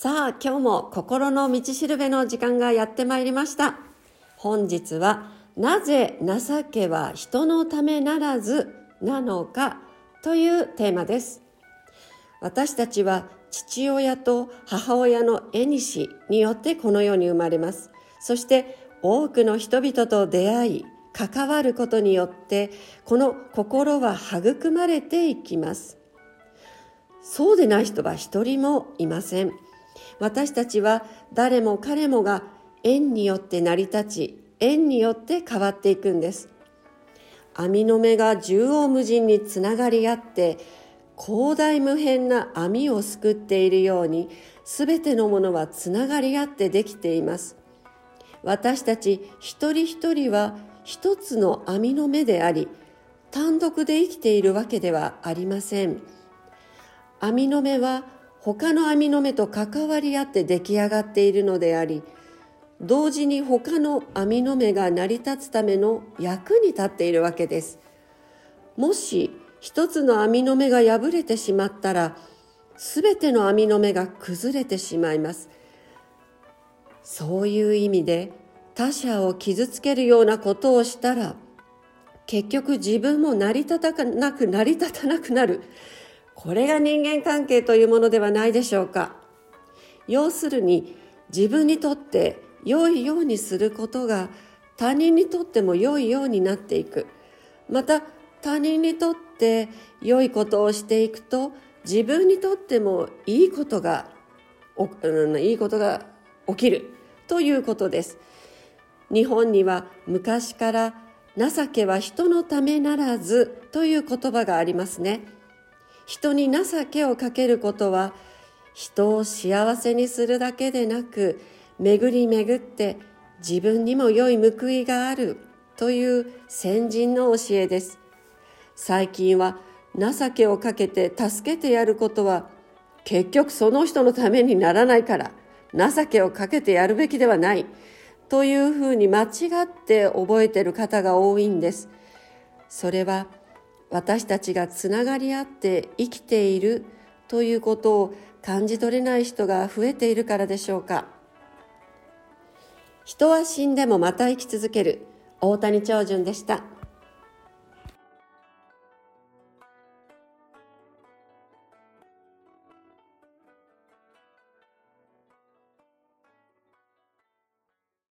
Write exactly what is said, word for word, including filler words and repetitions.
さあ、今日も心の道しるべの時間がやってまいりました。本日はなぜ情けは人のためならずなのかというテーマです。私たちは父親と母親の縁によってこの世に生まれます。そして多くの人々と出会い関わることによってこの心は育まれていきます。そうでない人は一人もいません。私たちは誰も彼もが縁によって成り立ち、縁によって変わっていくんです。網の目が縦横無尽につながり合って広大無辺な網をすくっているように、すべてのものはつながり合ってできています。私たち一人一人は一つの網の目であり、単独で生きているわけではありません。網の目は他の網の目と関わり合って出来上がっているのであり、同時に他の網の目が成り立つための役に立っているわけです。もし一つの網の目が破れてしまったら、すべての網の目が崩れてしまいます。そういう意味で、他者を傷つけるようなことをしたら、結局自分も成り立たなく成り立たなくなる。これが人間関係というものではないでしょうか。要するに、自分にとって良いようにすることが他人にとっても良いようになっていく。また他人にとって良いことをしていくと、自分にとってもいいことが、うん、いいことが起きるということです。日本には昔から情けは人のためならずという言葉がありますね。人に情けをかけることは、人を幸せにするだけでなく、巡り巡って自分にも良い報いがあるという先人の教えです。最近は情けをかけて助けてやることは、結局その人のためにならないから情けをかけてやるべきではないというふうに間違って覚えている方が多いんです。それは私たちがつながり合って生きているということを感じ取れない人が増えているからでしょうか。人は死んでもまた生き続ける。大谷長純でした。